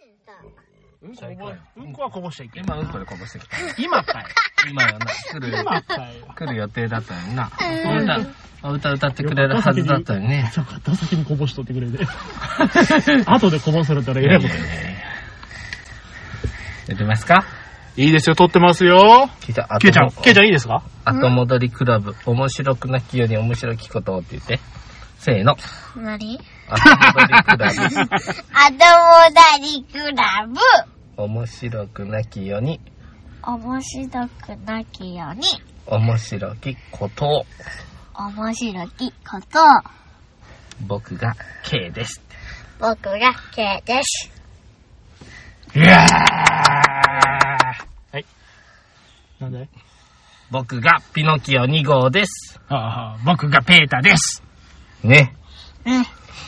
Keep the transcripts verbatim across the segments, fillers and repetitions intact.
うんここぼ、うんこはこぼしちゃいけない。 今うんこでこぼしてきた。 今かい。 今よな。来る、 今かい。 来る予定だったのにな。歌、歌歌ってくれるはずだったのにね。 そうか、先にこぼしとってくれて。後でこぼされたらえらいことや。 やりますか？ いいですよ、撮ってますよ。 ケイちゃん、 ケイちゃん、ケイちゃんいいですか？ 後戻りクラブ、面白くなきように面白きことって言って。せーの。 何？ 後戻りクラブ。 後戻りクラブ。 面白くなきように。 面白くなきように。 面白きことを。 面白きことを。 僕が K です。 僕が K です。 いやー。はい。なんで？ 僕がピノキオに号です。 ああ、僕がペータです。 ね。 うん。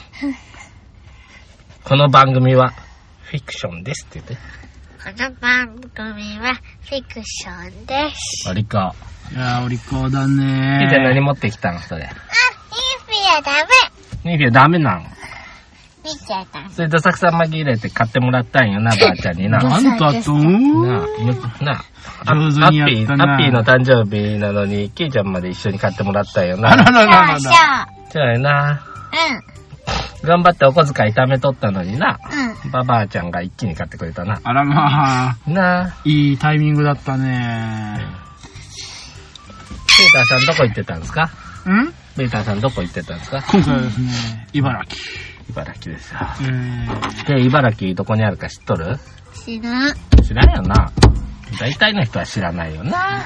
この番組はフィクションですって言って。 この番組はフィクションです。 お利口。 いやー、お利口だねー。 じゃあ何持ってきたのそれ。 あ、ニーフィアダメ。 ニーフィアダメなの。 見ちゃった。 それどさくさ紛れて買ってもらったんよな、ばあちゃんにな。ななんだとあ、なあ。 上手にやったな。 アッピーの誕生日なのに、ケイちゃんまで一緒に買ってもらったんよな。 あららららそうら。 そうやな。 そう。 頑張ってお小遣い貯めとったのにな。 うん。うん。 ばばあちゃんが一気に買ってくれたな。 あらまあ、 なあ。 いいタイミングだったねペーターさんどこ行ってたんですか？ ー。んペーターさんどこ行ってたんですか？ 今回はですね、茨城。 茨城ですよ。 えー、 で、茨城どこにあるか知っとる？ 知らん。 知らんよな。大体の人は知らないよな。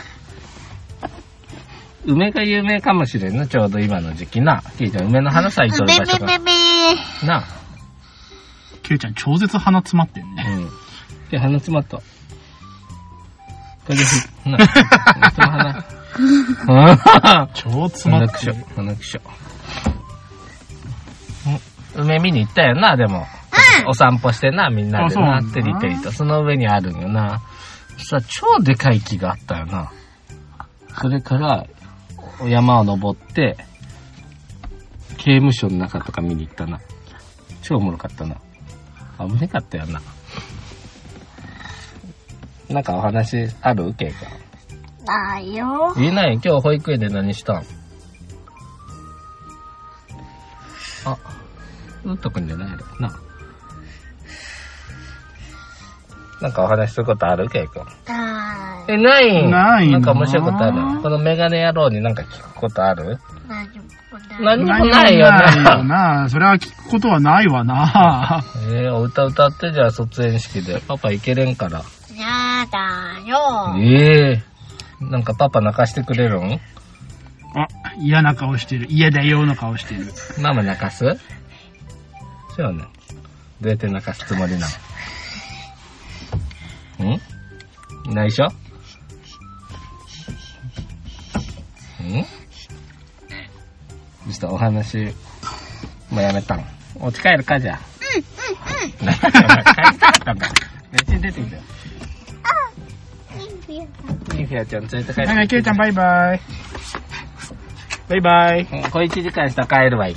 梅が有名かもしれんな、ちょうど今の時期な。ケイちゃん、梅の花咲いとる場所が。 めめめめなあ。 ケイちゃん超絶鼻詰まってんね。 うん。で、鼻詰まった。これで、な、その鼻。 超詰まってる。 鼻くしょ。梅見に行ったよな、でも。お散歩してな、みんなでな、てりてりと。その上にあるんよな。さ、超でかい木があったよな。それから、山を登って、刑務所の中とか見に行ったな。超おもろかったな。危ねかったよな。なんかお話ある？ケイか。 ないよ。 言えないよ。今日保育園で何したん？あ、うんとくんじゃないのな。なんかお話することある？ケイ君。 ない。 え、ないないの？ なんか面白いことある？このメガネ野郎になんか聞くことある？ 何もない。 何にもないよないよな。 な。それは聞くことはないわな。 えー、お歌歌ってじゃあ卒園式で。パパ行けれんから。 やだよ。 ええー。なんかパパ泣かしてくれるん？ あ、嫌な顔してる。嫌だよの顔してる。 ママ泣かす？そうね。どうやって泣かすつもりなの？ん？いないでしょ？ん？どうしたお話、もうやめたの？お家帰るかじゃあ。うん、うん、うん。帰りたかったんだ。めっちゃ出てきたよ。 あ、ニンフィアさん。 ニンフィアちゃん連れて帰って。 はいはい、ケイちゃんバイバイ。バイバイ。 うん、これいちじかんしたら帰ればいい。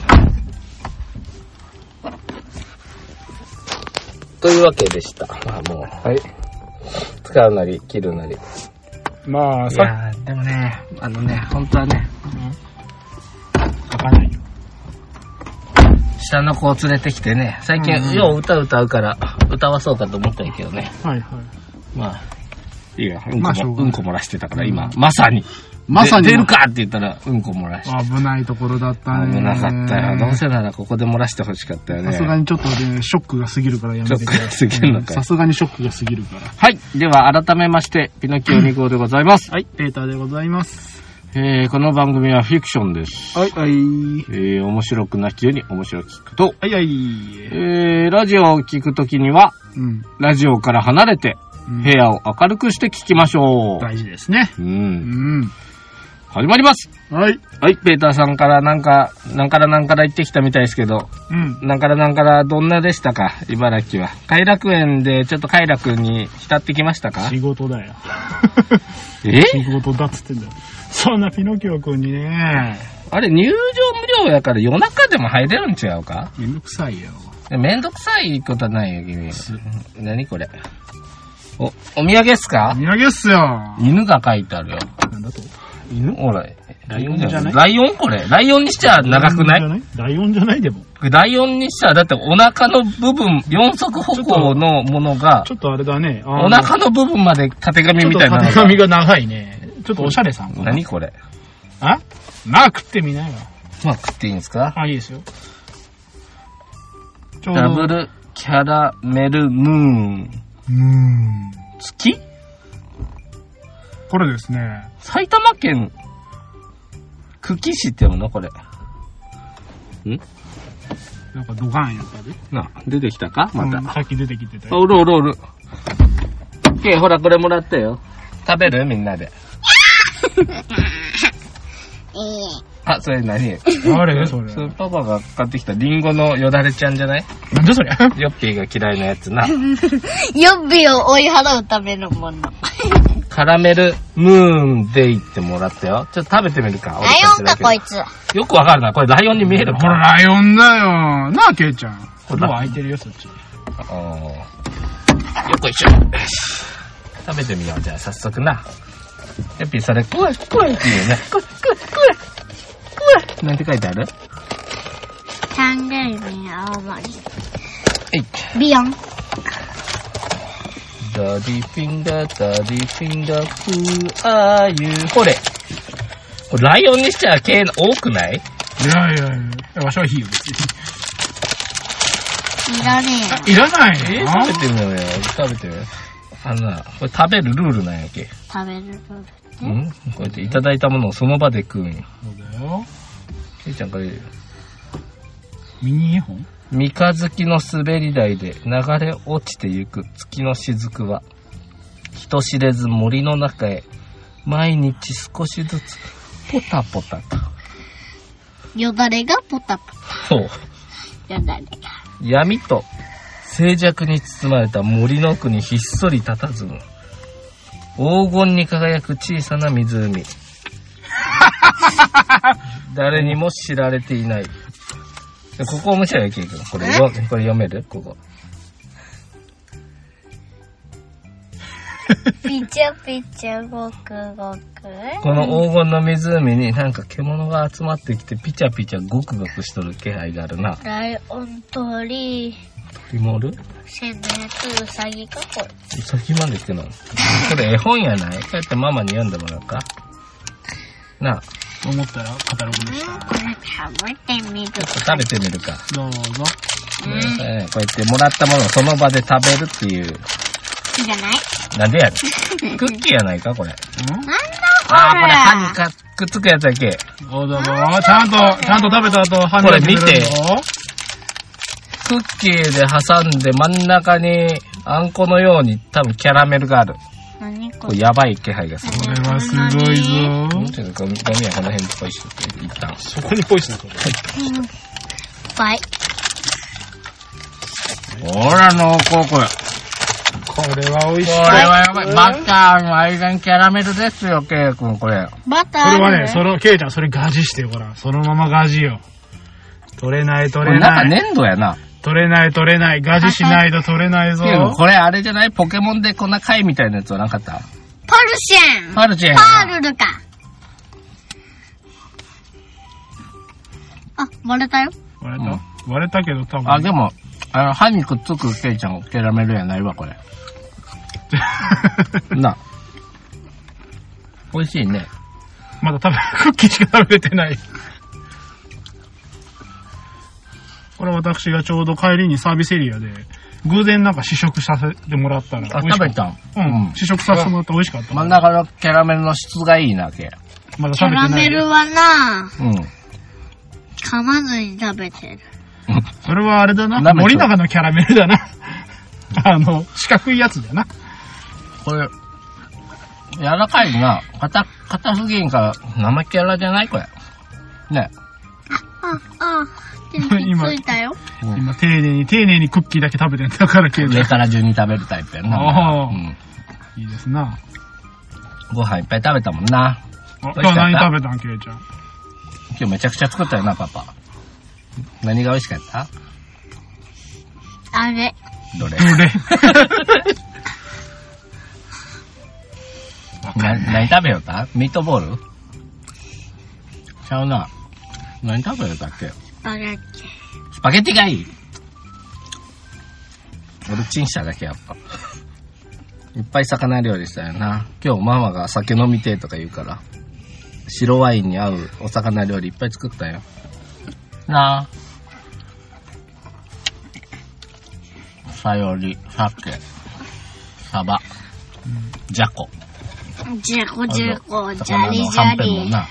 というわけでした。まあもう。はい。使うなり、切るなり。 まあ、さいやー、でもね、あのね、本当はね、 書かないよ。 下の子を連れてきてね、最近、 うんうんよう歌歌うから、歌わそうかと思ったんやけどね。 はいはい。 まあ、いいよ。うんこも、 まあしょうがないうんこ漏らしてたから、今、まさに。 まさにで出るかって言ったら、うんこ漏らして。 危ないところだったね。 危なかったよ。どうせならここで漏らしてほしかったよね。 さすがにちょっとね、ショックが過ぎるからやめてください。 ショックが過ぎるのかいさすがにショックが過ぎるから。 はい。では、改めまして、ピノキオに号でございます。 はい、ペーターでございます。 えー、この番組はフィクションです。 はい、はい。 えー、面白くなきように面白く聞くと、 はい、はい。 えー、ラジオを聞くときには、 うん。 ラジオから離れて、 うん部屋を明るくして聞きましょう。 大事ですね。 う。 うんん。 始まります。 はい。 はい、ペーターさんからなんか、なんからなんから言ってきたみたいですけど、 うん。 なんからなんからどんなでしたか、茨城は。偕楽園でちょっと偕楽に浸ってきましたか？ 仕事だよ。 え仕事だっつってんだよ。そんなピノキオくんにね、 あれ入場無料やから夜中でも入れるん違うか？ めんどくさいよ。 めんどくさいことはないよ、君。何これ。お、お土産っすか？ お土産っすよ。 犬が書いてあるよ。 なんだと犬ほら。 ライオンじゃない？ ライオンこれ。ライオンにしちゃ長くない？ ライオンじゃないでも。 ライオンにしちゃ、だってお腹の部分、四足歩行のものが、 ちょっとあれだね。 お腹の部分まで縦紙みたいなのが。 縦紙が長いね。ちょっとおしゃれさんかな。 何これ？ あ？まあ食ってみなよ。 まあ食っていいんですか？ あ、いいですよ。ちょうどダブルキャラメルムーン。 うーん。 月？ これですね。 埼玉県、久喜市って読むのこれ。ん？ なんかドカンやったで。 な、出てきたかまた。 うんさっき出てきてたあ、 よ。 おるおるおる。け、ほらこれもらったよ。食べるみんなで。あ、それ何？ 誰それ。 それパパが買ってきたリンゴのよだれちゃんじゃない？ なんでそりゃ。 ヨッピーが嫌いなやつな。 予備を追い払うためのもの。 カラメルムーンデイってもらったよ。ちょっと食べてみるか。 ライオンかこいつ。 よくわかるな。これライオンに見えるこれライオンだよ。なあ、ケイちゃん。 ドア開いてるよ、そっち。 あーよっこいしょ。よし。食べてみよう。じゃあ早速な。ヨッピーそれ、クワクワって言うね。クワクワクワクワなんて書いてある？ タンゲルミ青森。 えい。 ビヨン。 ダディフィンガー、ダディフィンガー、who are you? ほれ。これライオンにしちゃ毛多くない？ いやいやいや。わしはいいよ、別に。 いらねいらないえよ。 ー、食べてみようよ。食べてみよう。あのな、これ食べるルールなんやけ。 え。食べるルールって。 んこうやっていただいたものをその場で食うんよ。 そうだよ。 けいちゃんこれ、 ミニ絵本？ 三日月の滑り台で流れ落ちてゆく月の雫は、人知れず森の中へ、毎日少しずつ、ポタポタと。 よだれがポタポそう。 タ。よだれが。 闇と静寂に包まれた森の奥にひっそり佇む。黄金に輝く小さな湖。誰にも知られていない。ここ面白いよ、ケイ君。これよ、これ読める？ここ。 ピチャピチャごくごく。 この黄金の湖になんか獣が集まってきてピチャピチャゴクゴクしとる気配があるな。 ライオン、鳥、 鳥もおる？ せんのやつ、ウサギかこれ。 ウサギまで来てない。これ絵本やない？こうやってママに読んでもらおうか。なあ。 思ったらカタログでした。 これ食べてみる。 食べてみるか。 どうぞ。 ねこうやってもらったものをその場で食べるっていう。 いらない。 なんでやねん。クッキーやないかこれ。 んなんだああ、これ歯にかくっつくやつやけ。 どうぞどうぞ。ちゃんと、ちゃんと食べた後、歯これ見て磨いるぞ。 クッキーで挟んで真ん中にあんこのように多分キャラメルがある。 何これ。 これやばい気配がする。 これはすごいぞ。 うんちょっとゴミゴミはこの辺にポイしとって、一旦。 そこにポイしなこれ。 バイ。 ほら、濃厚これ。 これは美味しい。 これはやばい。バターの間にキャラメルですよ、ケイ君、これ。 バター。 それはね、その、ケイちゃん、それガジしてよ、ほら。そのままガジよ。取れない取これなんかれない。 粘土やな。 取れない取れない。ガジしないと取れないぞ。 ケイ君、これあれじゃない？ポケモンでこんな貝みたいなやつはなかった？ パルシェン。 パルチェン。 パールルか。あ、割れたよ。 割れた、割れたけど多分。 あ、でも、あの、歯にくっつくケイちゃん、キャラメルやないわ、これ。な。美味しいね。 まだ食べ、クッキーしか食べてない。これ私がちょうど帰りにサービスエリアで、偶然なんか試食させてもらったら。 あ、食べたん？ うん。試食させてもらったら美味しかった。 真ん中のキャラメルの質がいいな、け。 まだキャラ食べてない。 メルはな、 うん。 噛まずに食べてる。 それはあれだな。 舐めちゃう森永のキャラメルだな。あの、四角いやつだな。 これ、柔らかいな。硬、硬すぎんから、生キャラじゃないこれ。ね。 あ、あ、手についたよ。 うん今、丁寧に、丁寧にクッキーだけ食べてんだから、ケイちゃん上から順に食べるタイプやな。 あーうん。 いいですな。 ご飯いっぱい食べたもんな。 あ今日何食べたん、ケイちゃん。 今日めちゃくちゃ作ったよな、パパ。何が美味しかった？ あれ。 どれどれな、何食べよったミートボールちゃうな。何食べよったっけスパゲッテスパゲッティがいい。俺チンしただけやっぱ。いっぱい魚料理したよな。今日ママが酒飲みてえとか言うから、白ワインに合うお魚料理いっぱい作ったよ。なあ。さより、鮭、サバ、じゃこ。 ィ。ジャコジャコ、ジャ魚のリジャはんぺんもリ。 な。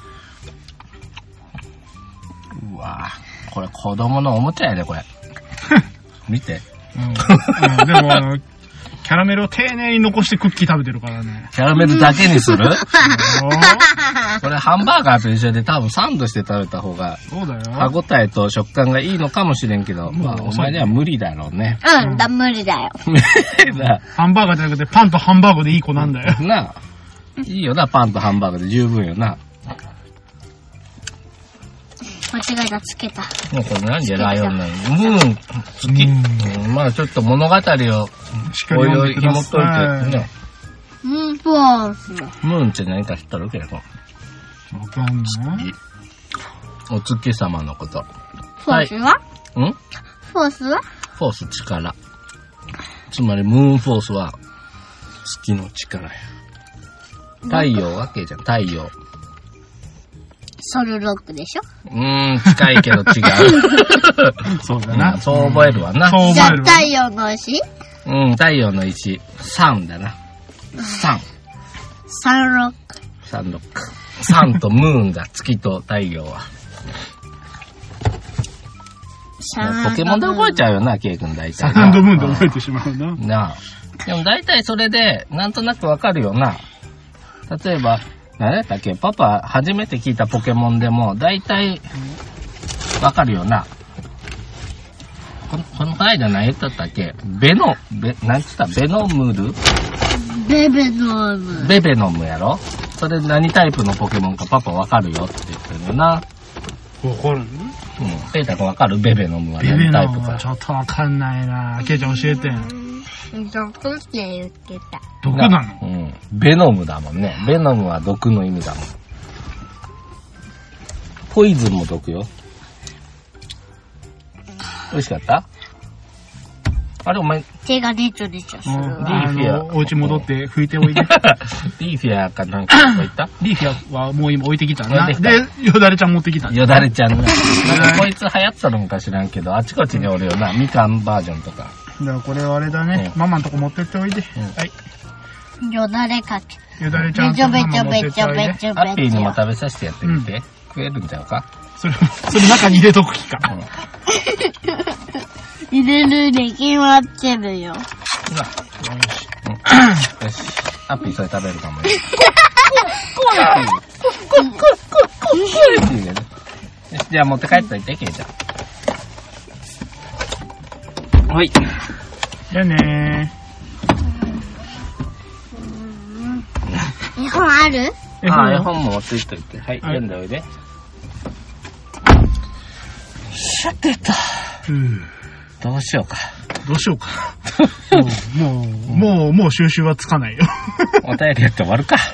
うわぁ、これ子供のおもちゃやで、これ。見て。 うんうん、でもあの、キャラメルを丁寧に残してクッキー食べてるからね。 キャラメルだけにするおこれハンバーガーと一緒で多分サンドして食べた方がそうだよ。 歯応えと食感がいいのかもしれんけど、まあお前には無理だろうね。 うん、だ、無理だよ。 なハンバーガーじゃなくてパンとハンバーグでいい子なんだよ。 なあ、いいよな、パンとハンバーグで十分よな。 間違えた、つけた。 もうこれなんでライオンなの？ムーン好き。うん、まあちょっと物語をしっかりおいおい読んでくだ紐解いさい。 てね。 うん、そうっす。 ムーンって何か知っとるけど。 わかんない。 お月様のこと。 フォースはんフォースはフォース力。つまりムーンフォースは月の力や。太陽わけじゃん、太陽。 ソルロックでしょうーん、近いけど違う。 そうだな。 うんそう覚えるわな。 そうじゃあ覚えるわ。 太陽の石うん、太陽の石。さんだな。さん。 サンロック。 さんロック。さんとムーンだ、月と太陽は。ポケモンで覚えちゃうよな、ケイ君大体サな。 ンドムーンで覚えてしまうな。 なあ。でも大体それで、なんとなくわかるよな。例えば、何だっけ、パパ初めて聞いたポケモンでも、大体、わかるよな。この、この間何言ったったっけベノ、ベ、なんつったベノムルベベノム。 ベベノムやろそれ何タイプのポケモンかパパわかるよって言ってるよな。 わかる？ うん。ペータ君わかるベベノムはベベ何タイプか。 のはちょっとわかんないな。ケイちゃん教えて。 毒って言ってた。 毒なの？ うん。ベノムだもんね。ベノムは毒の意味だもん。ポイズンも毒よ。美味しかった？あれお前、 手がネチョネチョするうんわ。 あリーフィアの、お家戻って拭いておいで。 リーフィアかなんかどこ行ったリーフィアはもう今置いてきたな。 置いてきたで、よだれちゃん持ってきた。 よだれちゃんな。なんかこいつ流行ってたのか知らんけど、あちこちにおるよな。みかんバージョンとか。 だからこれはあれだね。 うんママのとこ持ってっておいで。 んはい。 よだれかけ。 よだれちゃんべちょべちょママ持ってべちょっておいでべちょハッピーにもべちょ。 食べさせてやってみて。食えるんちゃうかそれ、それ中に入れとく気か。 入れるに決まってるよ。 よし。ハッピーそれ食べるかもよ。よし、じゃあ持って帰っといて、ケイちゃん。はい。 じゃあね絵本あるー。 ああ、絵絵本本も持っていっといて。はい、 はい読んでおいで。しゃってた。 うんどうしようか。 どうしようか。もう、もう、もう、もう収集はつかないよ。 お便りやって終わるか。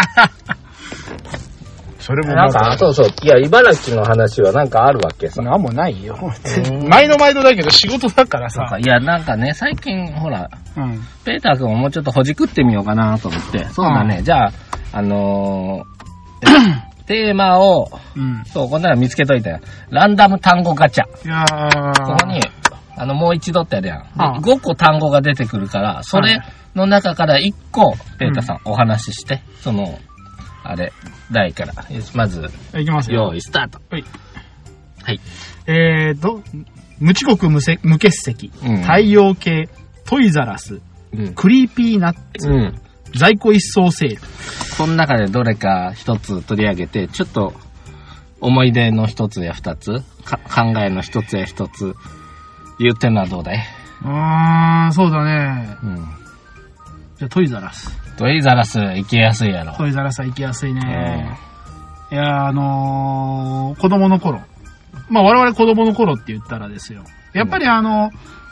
それもなんか、そうそう。いや、茨城の話はなんかあるわけさ。 なんもないよ。 ん毎度毎度だけど仕事だからさ。 いや、なんかね、最近、ほら、 うん。 ペーター君ももうちょっとほじくってみようかなと思って。そうだね。じゃあ、あのー、テーマを、 うん。 そう、こんなの見つけといたよ。ランダム単語ガチャ。 いやー。 ここに、あの、もう一度ってやるやん。 ああでごこ単語が出てくるから、それの中からいっこ、ペーターさん、お話しして、その、あれ、台から。よしまず、 いきますよ。 用意スタート。 はい。 はい。 えーと、無遅刻無せ無欠席、 うん太陽系、トイザラス、 うん。 クリーピーナッツ、 うん。 在庫一掃セール。 この中でどれか一つ取り上げて、ちょっと、思い出の一つや二つ、か考えの一つや一つ、言ってんのはどうだい？ あー、そうだね。 うん。 じゃあトイザラス。 トイザラス行きやすいやろ。 トイザラスは行きやすいね。いやー、あのー、子供の頃。まあ我々子供の頃って言ったらですよ。やっぱりあの、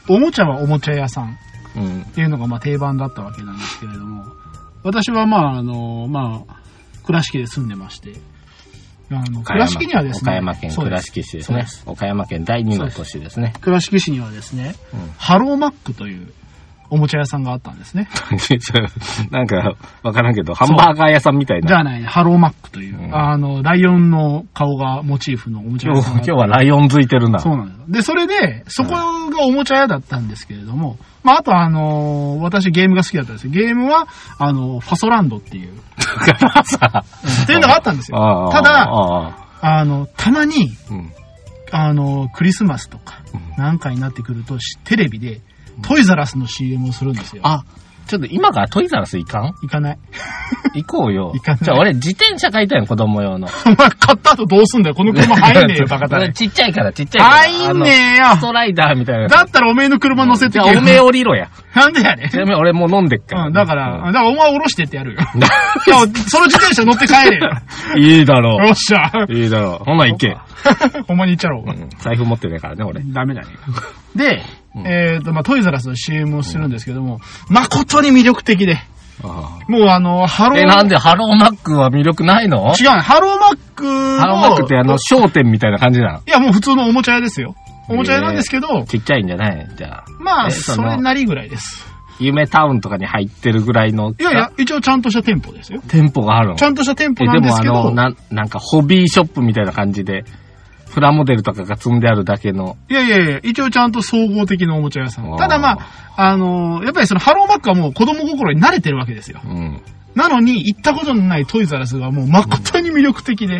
おもちゃはおもちゃ屋さんうん。 っていうのがまあ定番だったわけなんですけれども、私はまああの、まあ、倉敷で住んでまして、あの、倉敷にはですね、 岡山県倉敷市ですね。岡山県第二の都市ですね。 倉敷市にはですね、 うん、 ハローマックというおもちゃ屋さんがあったんですね。 なんか、わからんけど、ハンバーガー屋さんみたいな。 じゃあないね、ハローマックという、うん、あの、ライオンの顔がモチーフのおもちゃ屋さん。 今日、今日はライオンづいてるな。 そうなんです。で、それで、そこがおもちゃ屋だったんですけれども、まあ、あとあのー、私ゲームが好きだったんですよ。ゲームは、あの、ファソランドっていう。っていうのがあったんですよ。ただ、あの、たまに、うん、あの、クリスマスとか、なんかになってくると、テレビで、トイザラスの シーエム をするんですよ。 あ、ちょっと今からトイザラス行かん行かない。 行こうよ。 行かない。 じゃあ俺自転車買いたいの、子供用の。 お前買った後どうすんだよ。この車入んねえよ、バカだね。 ちっちゃいから、ちっちゃいから。 入んねえよ。 ストライダーみたいな。 だったらおめえの車乗せてじゃあおめえ降りろや。 なんでやねん。 ちなみに俺もう飲んでっから。 うん、だから、だからお前降ろしてってやるよ。その自転車乗って帰れよ。 いいだろう。 よっしゃ。 いいだろう。ほんな行け。 ほんまに行っちゃろう。 財布持ってねえからね、俺。 ダメだね。で、えっと、まあ、トイザラスの シーエム をするんですけども、誠に魅力的で。もうあの、ハロー。 え、なんでハローマックは魅力ないの？ 違う、ハローマックハローマックってあの、商店みたいな感じなの？ いや、もう普通のおもちゃ屋ですよ。おもちゃ屋なんですけど。 ちっちゃいんじゃないじゃあ。 まあ、それなりぐらいです。 夢タウンとかに入ってるぐらいの。 いやいや、一応ちゃんとした店舗ですよ。 店舗があるの？ ちゃんとした店舗なんですけど。 でもあの、な、なんかホビーショップみたいな感じで、プラモデルとかが積んであるだけの。 いやいやいや、一応ちゃんと総合的なおもちゃ屋さん。ただまあ、あのー、やっぱりそのハローマックはもう子供心に慣れてるわけですよ。うん、なのに、行ったことのないトイザラスがもう誠に魅力的で。うん、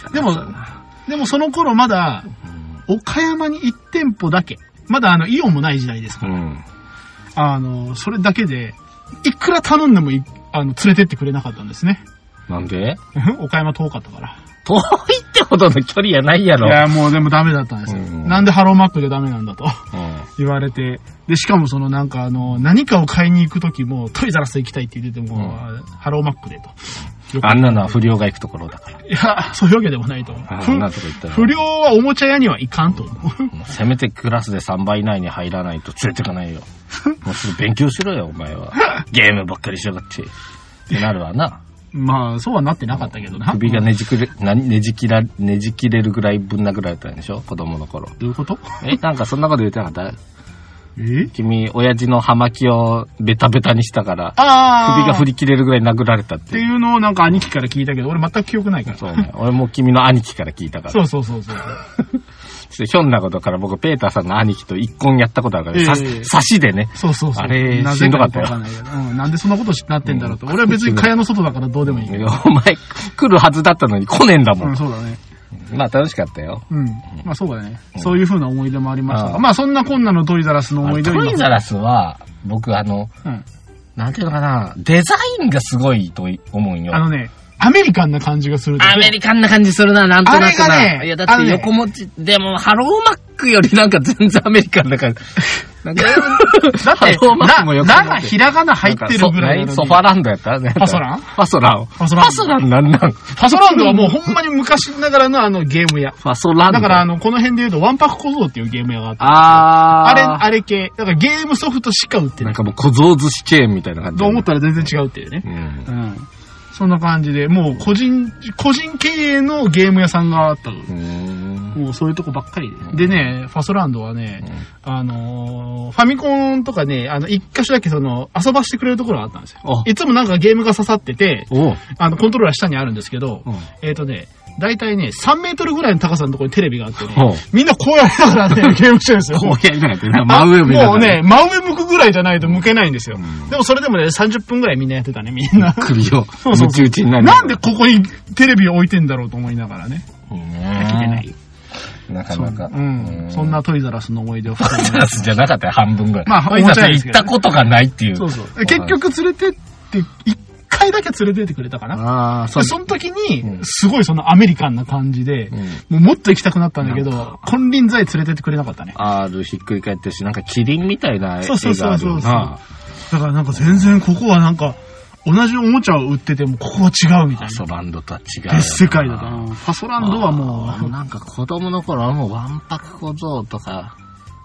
でも、でもその頃まだ、岡山にいち店舗だけ。まだあの、イオンもない時代ですから。うん、あのー、それだけで、いくら頼んでもい、あの、連れてってくれなかったんですね。 なんで？ 岡山遠かったから。 遠いってほどの距離やないやろ。 いや、もうでもダメだったんですよ。うん、なんでハローマックでダメなんだと、うん、言われて。で、しかもそのなんかあの、何かを買いに行くときも、トイザラス行きたいって言ってても、うん、ハローマックでと。 あんなのは不良が行くところだから。 いや、そういうわけでもないと思う。不良はおもちゃ屋には行かんと思う。 せめてクラスでさんばい以内に入らないと連れてかないよ。もうすぐ勉強しろよ、お前は。ゲームばっかりしやがって。ってなるわな。 まあ、そうはなってなかったけどな。 首がねじくれ、なねじきら、ねじ切れるぐらいぶん殴られたんでしょ子供の頃。 どういうこと？ え、なんかそんなこと言ってなかった？ え？ 君、親父の葉巻をベタベタにしたから、首が振り切れるぐらい殴られたって。 っていうのをなんか兄貴から聞いたけど、俺全く記憶ないから。 そうね。俺も君の兄貴から聞いたから。 そうそうそうそう。 ひょんなことから僕、ペーターさんの兄貴と一婚やったことあるから、えー、差しでね。 そうそうそう。 あれ、しんどかったよ。 なぜかわかんないけど、うん。なんでそんなことになってんだろうと。うん、俺は別に蚊帳の外だからどうでもいい。 お前、来るはずだったのに来ねえんだもん。 うん、そうだね。 まあ楽しかったよ。 うん。まあそうだね。うん、そういう風な思い出もありましたが。まあそんなこんなのトイザラスの思い出を。 トイザラスは、僕あの、うん、なんていうのかな、デザインがすごいと思うんよ。 あのね、アメリカンな感じがする。 アメリカンな感じするな、なんとなくな。 あれがね、 いや、だって横持ち、ね、でも、ハローマックよりなんか全然アメリカンな感じ。なんかだって、な、ながひらがな入ってるぐらいの。 ソファランドやったファソランファソラン。ファソラン。ファソランなんなんファソランドはもうほんまに昔ながらのあのゲーム屋。 ファソランド。 だからあの、この辺で言うと、ワンパク小僧っていうゲーム屋があって。 あー。 あれ、あれ系。だからゲームソフトしか売ってない。 なんかもう小僧寿司チェーンみたいな感じ。 と思ったら全然違うっていうね。うん。うんそんな感じで、もう個人、個人経営のゲーム屋さんがあったの。もうそういうとこばっかりで。でね、ファソランドはね、あのー、ファミコンとかね、あの、一箇所だけその、遊ばしてくれるところがあったんですよ。いつもなんかゲームが刺さってて、あの、コントローラー下にあるんですけど、えっとね、だいたいね、さんメートルぐらいの高さのところにテレビがあってね、みんなこうやりながらね、ゲームしてるんですよ。 こうやりながらってね、真上向いて。 もうね、真上向くぐらいじゃないと向けないんですよ。でもそれでもね、さんじゅっぷんぐらいみんなやってたね、みんな。 首を、ムチ打ちになる。 なんでここにテレビを置いてんだろうと思いながらね。飽きてない。 なかなか。 うん。そんなトイザラスの思い出を。 トイザラスじゃなかったよ、半分ぐらい。 まあ、 トイザラス行ったことがないっていう。 そうそう。結局連れてって、一回だけ連れてってくれたかな。ああ、そう。その時に、すごいそのアメリカンな感じで、もうもっと行きたくなったんだけど、金輪際連れてってくれなかったね。 あるひっくり返ってるし、なんかキリンみたいな絵があるよな。そうそうそうそう。だからなんか全然ここはなんか、同じおもちゃを売ってても、ここは違うみたいな。 ファソランドとは違う。 別世界だな。ファソランドはもう。なんか子供の頃はもうワンパク小僧とか、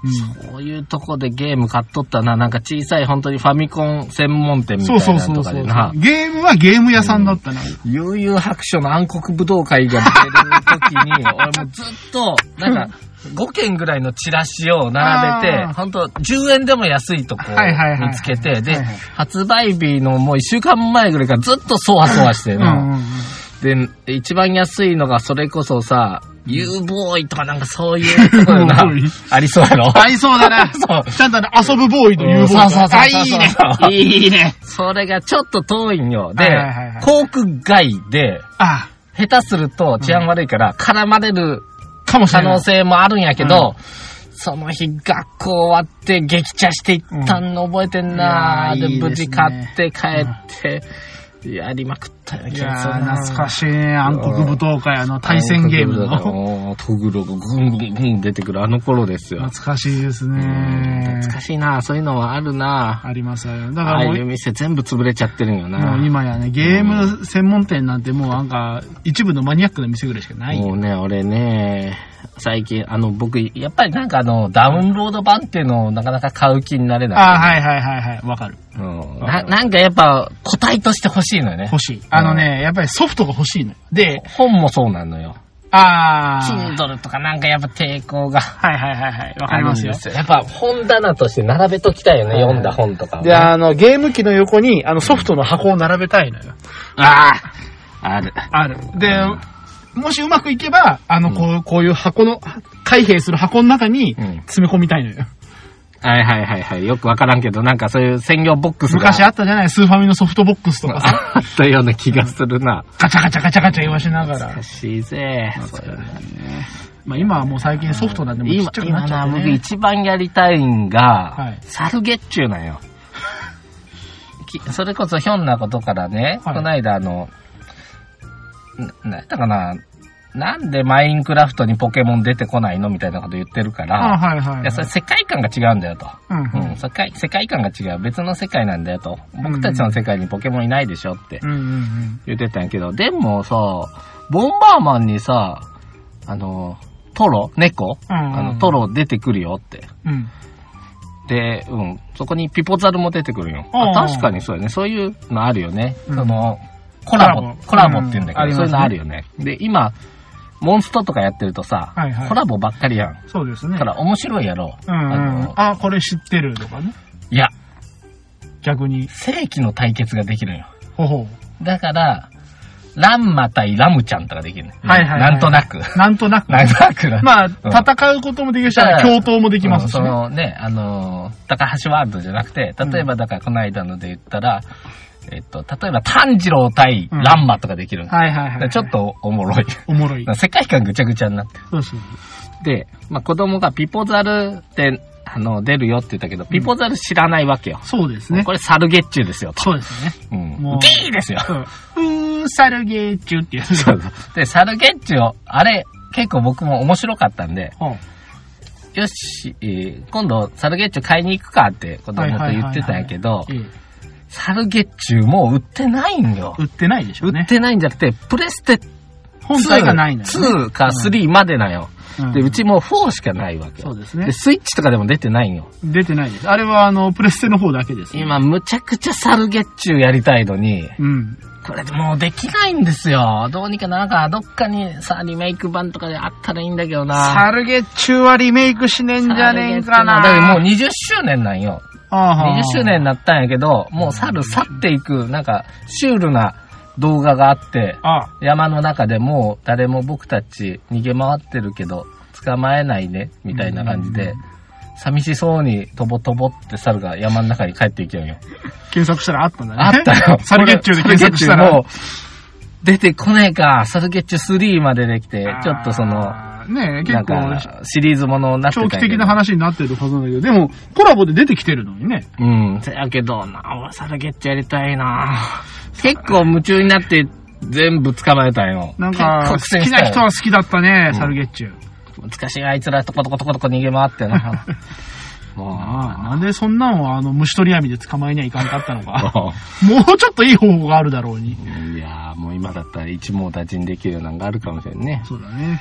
うん、 そういうとこでゲーム買っとったな。なんか小さい本当にファミコン専門店みたいなとかでな。そうそうそうそう。 ゲームはゲーム屋さんだったな。 うん、悠々白書の暗黒武道会が出る時に、俺もずっと、なんか、ごけんぐらいのチラシを並べて、ほんとじゅうえんでも安いとこを見つけて、で、発売日のもういっしゅうかんまえぐらいからずっとそわそわしてな。で、一番安いのがそれこそさ、ユーボーイとかなんかそういうところがありそうやろ？ ありそうだな。そう。ちゃんとね、遊ぶボーイとユーボーイ。 そうそうそう。 あ、いいね。いいね。 それがちょっと遠いんよ。で、航空外で、下手すると治安悪いから絡まれる可能性もあるんやけど、その日学校終わって激茶していったの覚えてんな、で、無事買って帰って、やりまくったよね。 いやー、懐かしいね。暗黒舞踏会、あの、対戦ゲームの。 トグロがぐんぐんぐん出てくるあの頃ですよ。 懐かしいですね。 懐かしいな。そういうのはあるな。 ありますよ。 だからああいう店全部潰れちゃってるんよな。 もう今やね、ゲーム専門店なんてもうなんか、一部のマニアックな店ぐらいしかない。 もうね、俺ね、最近、あの、僕、やっぱりなんかあの、ダウンロード版っていうのをなかなか買う気になれない。 あ、はいはいはいはい。わかる。 うん。な、なんかやっぱ、個体として欲しいのよね。 欲しい。あのね、うん、やっぱりソフトが欲しいのよ。で、 本もそうなのよ。 あー。 Kindle とかなんかやっぱ抵抗が。 はいはいはいはい。わかりますよ。 やっぱ本棚として並べときたいよね、読んだ本とか、ね。 で、あの、ゲーム機の横に、あの、ソフトの箱を並べたいのよ。 ああある。 ある。で、もしうまくいけば、あの、こう、うん、こういう箱の、開閉する箱の中に詰め込みたいのよ。 うん、はいはいはいはい。よくわからんけど、なんかそういう専用ボックスが。 昔あったじゃない？スーファミのソフトボックスとかさ。 あったような気がするな。 ガチャガチャガチャガチャ言わしながら。 懐かしいぜ。 そうだね。まあ今はもう最近ソフトなんでもちっちゃくなっちゃって、ね。 今な、僕一番やりたいんが、はい、サルゲッチュなんよ。それこそひょんなことからね、はい、この間あの、な、なんやったかな、なんでマインクラフトにポケモン出てこないのみたいなこと言ってるから、 あ、はいはいはい、 いや、それ世界観が違うんだよと。 うんうんうん、世界、世界観が違う。別の世界なんだよと。僕たちの世界にポケモンいないでしょって言ってたんやけど、でもさ、ボンバーマンにさ、あの、トロ猫、うんうん、あの、トロ出てくるよって。 うん、 で、うん、そこにピポザルも出てくるよ。あ、確かにそうよね。そういうのあるよね。うん、その、コラボ、コラボって言うんだけど、うん、そういうのあるよね。で、今、モンストとかやってるとさ、はいはい、コラボばっかりやん。 そうですね。 だから面白いやろ。 うん、うん、あの、あ、これ知ってるとかね。 いや。 逆に。 正規の対決ができるんよ。 ほほう。だから、ランマ対ラムちゃんとかできるね。 はいはい、はい。 なんとなく。 なんとなく。 なんとなくな。 まあ、うん、戦うこともできるし、共闘もできますし、ね。 うん、そのね、あのー、高橋ワールドじゃなくて、例えばだからこの間ので言ったら、うん、えっと、例えば炭治郎対ランマとかできる、うん。 はいはいはい。 ちょっとおもろい。 おもろい。 世界観ぐちゃぐちゃになってる。 そうそう。 で、まあ子供がピポザルって、あの、出るよって言ったけど、ピポザル知らないわけよ。 そうですね。 これサルゲッチュですよ。 そうですね。 うん。もうギーですよ。 うー、サルゲッチュってやつ。 そうそう。で、サルゲッチュを、あれ、結構僕も面白かったんで、よし、えー、今度サルゲッチュ買いに行くかって子供と言ってたんやけど、サルゲッチュもう売ってないんよ。 売ってないでしょうね。 売ってないんじゃなくて、プレステ本体がないんだよ、ね。 ツーかスリーまでなよ。うん、で、うちもうフォーしかないわけ。 そうですね。 で、スイッチとかでも出てないんよ。 出てないです。あれはあの、プレステの方だけです、 ね。今、むちゃくちゃサルゲッチュやりたいのに、 うん。 これもうできないんですよ。どうにかなんか、どっかにさ、リメイク版とかであったらいいんだけどな。 サルゲッチュはリメイクしねえんじゃねえかな。 だからもうにじゅっしゅうねんなんよ。にじゅっしゅうねんになったんやけど、もう猿去っていく、なんか、シュールな動画があって、 ああ山の中でもう誰も僕たち逃げ回ってるけど、捕まえないね、みたいな感じで、寂しそうにとぼとぼって猿が山の中に帰っていけるよ。 検索したらあったんだね。 あったよ。 サルゲッチュで検索したら。 もう、出てこねえか。サルゲッチュスリーまでできて、ちょっとその、 ねえ、結構、 シリーズものになってた長期的な話になってるはずなんだけど、でも、コラボで出てきてるのにね。 うん。せやけどな、俺サルゲッチュやりたいな。結構夢中になって全部捕まえたんよ。 なんか、好きな人は好きだったね、うん、サルゲッチュ。 難しいあいつらとことことことこ逃げ回ってな。 もうなんでそんなんをあの虫取り網で捕まえにはいかんかったのか。もうちょっといい方法があるだろうに。 いやーもう今だったら一網打尽できるようなのがあるかもしれんね。 そうだね。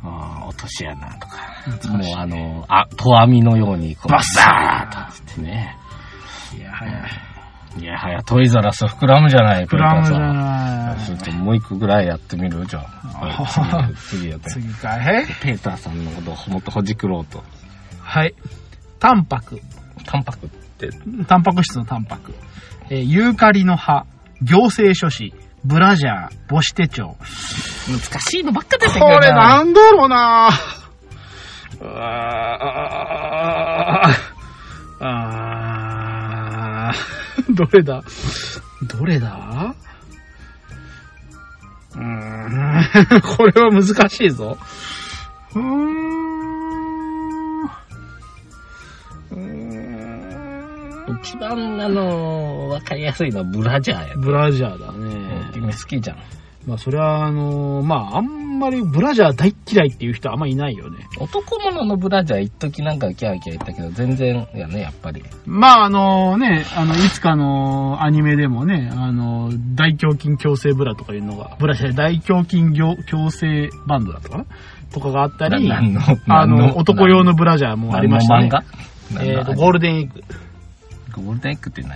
ああ、落とし穴とか。もうあの、あ、と網のようにこう、バッサーッとつってね。 いやはや。 いやはや、トイザラス膨らむじゃない、 膨らむじゃない。 ちょっともう一個ぐらいやってみるじゃあ。次、次やって。 次かい。 ペーターさんのことをもっとほじくろうと。 はい。タンパク。 タンパクって。 タンパク質のタンパク。えー、ユーカリの葉、行政書士、ブラジャー、母子手帳。 難しいのばっか出てくるな。 これなんだろうなぁ。あーあーどれだどれだうーんこれは難しいぞ。うーん。うーん一番あのわかりやすいのはブラジャーや。 ブラジャーだね。 君好きじゃん。 まあそれはあのー、まああんまりブラジャー大嫌いっていう人あんまいないよね。 男物のブラジャー一時なんかキャーキャー言ったけど全然やね、やっぱり。 まああのね、あのいつかのアニメでもね、あの大胸筋矯正ブラとかいうのが、ブラジャー大胸筋矯正バンドだったかなとかがあったり、 何のあの男用のブラジャーもありましたね。 漫画？ えっとゴールデンエッグ。 ゴールデンエッグって何？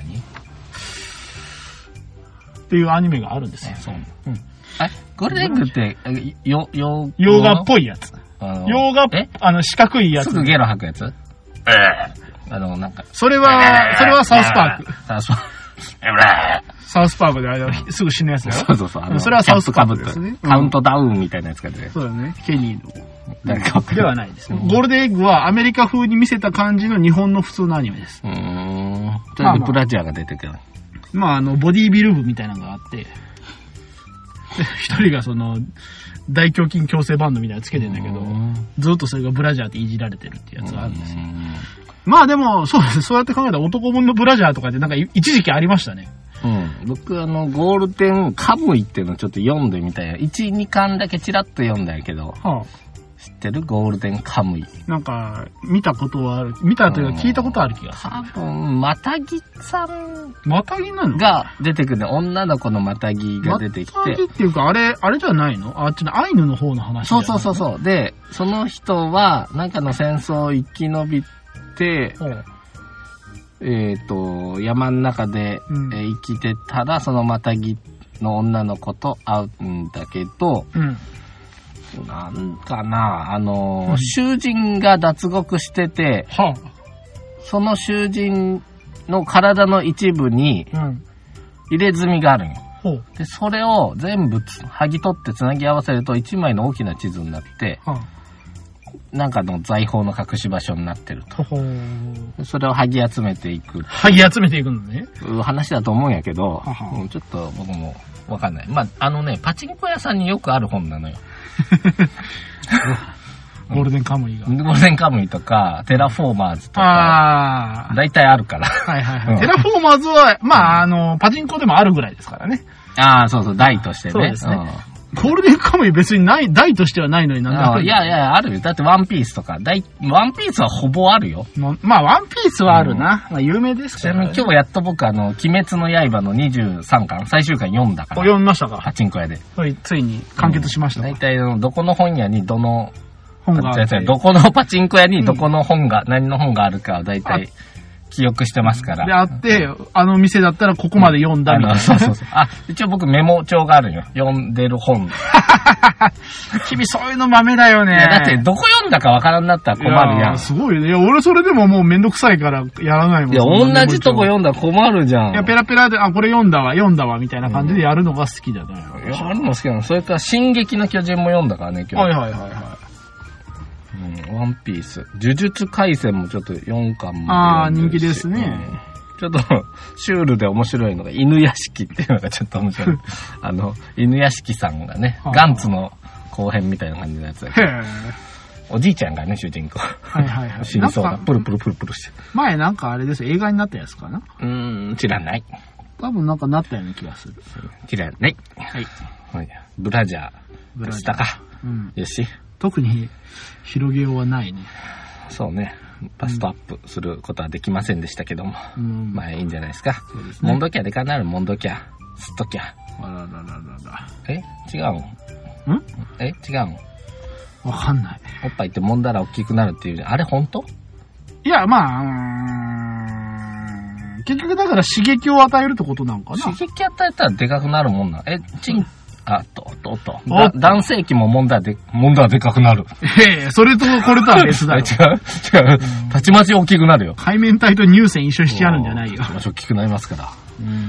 っていうアニメがあるんですよ。 そう。うん。え、ゴールデンエッグって、よ、よ、 洋画っぽいやつ。洋画、えあの、四角いやつ。 すぐゲロ吐くやつ？ええ。あの、なんか。 それは、それはサウスパーク。 サウスパーク。 サウスパークであれすぐ死ぬやつだよ。 そうそうそう。 それはサウスパークですね。 カウントダウンみたいなやつが出てる。 そうだね。ケニーの。 誰かではないです。ゴールデンエッグはアメリカ風に見せた感じの日本の普通のアニメです。 うーん。それでブラジャーが出てくる。 まあ、あの、ボディービル部みたいなのがあって、一人がその、大胸筋矯正バンドみたいなのつけてんだけど、ずっとそれがブラジャーっていじられてるっていうやつがあるんですよ。まあでも、そうですね。そうやって考えたら男物のブラジャーとかってなんか一時期ありましたね。 うん。僕あの、ゴールデンカムイっていうのをちょっと読んでみたい。いち、にかんだけチラッと読んだんやけど、はあ、知ってる？ゴールデンカムイ。 なんか、見たことはある。見たというか聞いたことある気がする。 多分、マタギさん。 マタギなの？ が出てくるね。女の子のマタギが出てきて。マタギっていうか、あれ、あれじゃないの？あっちのアイヌの方の話じゃないの？ そうそうそうそう。で、その人は、なんかの戦争を生き延びて、えっと、山の中で、うんえー、生きてたら、そのマタギの女の子と会うんだけど、うんなんかな、あの、うん、囚人が脱獄してて、はあ、その囚人の体の一部に入れ墨があるんよ。うん、で、それを全部剥ぎ取ってつなぎ合わせると一枚の大きな地図になって、はあ、なんかの財宝の隠し場所になってると。それを剥ぎ集めていく。 剥ぎ集めていくのね。 話だと思うんやけど、ははちょっと僕もわかんない。まあ、あのね、パチンコ屋さんによくある本なのよ。 ゴールデンカムイが。 ゴールデンカムイとか、テラフォーマーズとか、大体あるから。 はいはいはい。うん、テラフォーマーズは、まあ、あの、パチンコでもあるぐらいですからね。 ああ、そうそう、台としてね。 そうですね。うん、ゴールデンカムイ別にない、台としてはないのになんだろう。 いやいや、あるよ。だってワンピースとか、大、ワンピースはほぼあるよ。 まあ、ワンピースはあるな。うん、まあ、有名ですから、ね。 ちなみに今日やっと僕あの、鬼滅の刃のにじゅうさんかん、最終巻読んだから。 読みましたか？ パチンコ屋で。 ついに完結しましたか？ 大体、うん、どこの本屋にどの、 本がある。 どこのパチンコ屋にどこの本が、うん、何の本があるかは大体、記憶してますから。 で、あって、あの店だったらここまで読んだみたいな。 そうそうそう。あ、一応僕メモ帳があるよ。読んでる本。 君そういうの豆だよね。いや、 だってどこ読んだかわからんなったら困るやん。 いやすごいね。いや、俺それでももうめんどくさいからやらないもん。 いや、同じとこ読んだら困るじゃん。 いや、ペラペラで、あ、これ読んだわ、読んだわ、みたいな感じでやるのが好きだね。 うん、やるの好きなの。それから、進撃の巨人も読んだからね、 今日。はいはいはいはい。 うん、ワンピース。呪術廻戦もちょっとよんかんも。 ああ、人気ですね。 うん、ちょっと、シュールで面白いのが、犬屋敷っていうのがちょっと面白い。あの、犬屋敷さんがね、ガンツの後編みたいな感じのやつだけど。おじいちゃんがね、主人公。はいはいはい。死にそうな。プルプルプルプルして。 前なんかあれです映画になったやつかな？ うーん、知らない。 多分なんかなったような気がする。 知らない。はい。ブラジャー。ブラジャー。したか。うん。よし。 特に広げようはないね。 そうね。バストアップすることはできませんでしたけども。うん、まあいいんじゃないですか。そうですね。モンドキャでかなるモンドキャ。スットキャ。 あららららら。 え違うの？んえ違うの？ わかんない。 おっぱいって揉んだら大きくなるっていう、あれ本当？ いや、まあ、うーん、結局だから刺激を与えるってことなんかな。 刺激与えたらでかくなるもんな。え、チン、あ、と、と、と。男性器も揉んだらで、揉んだらでかくなる。 ええ、それとこれとは別だよ。 違う違う。たちまち大きくなるよ。 海面体と乳腺一緒にしてやるんじゃないよ。 たちまち大きくなりますから。うんうんうん。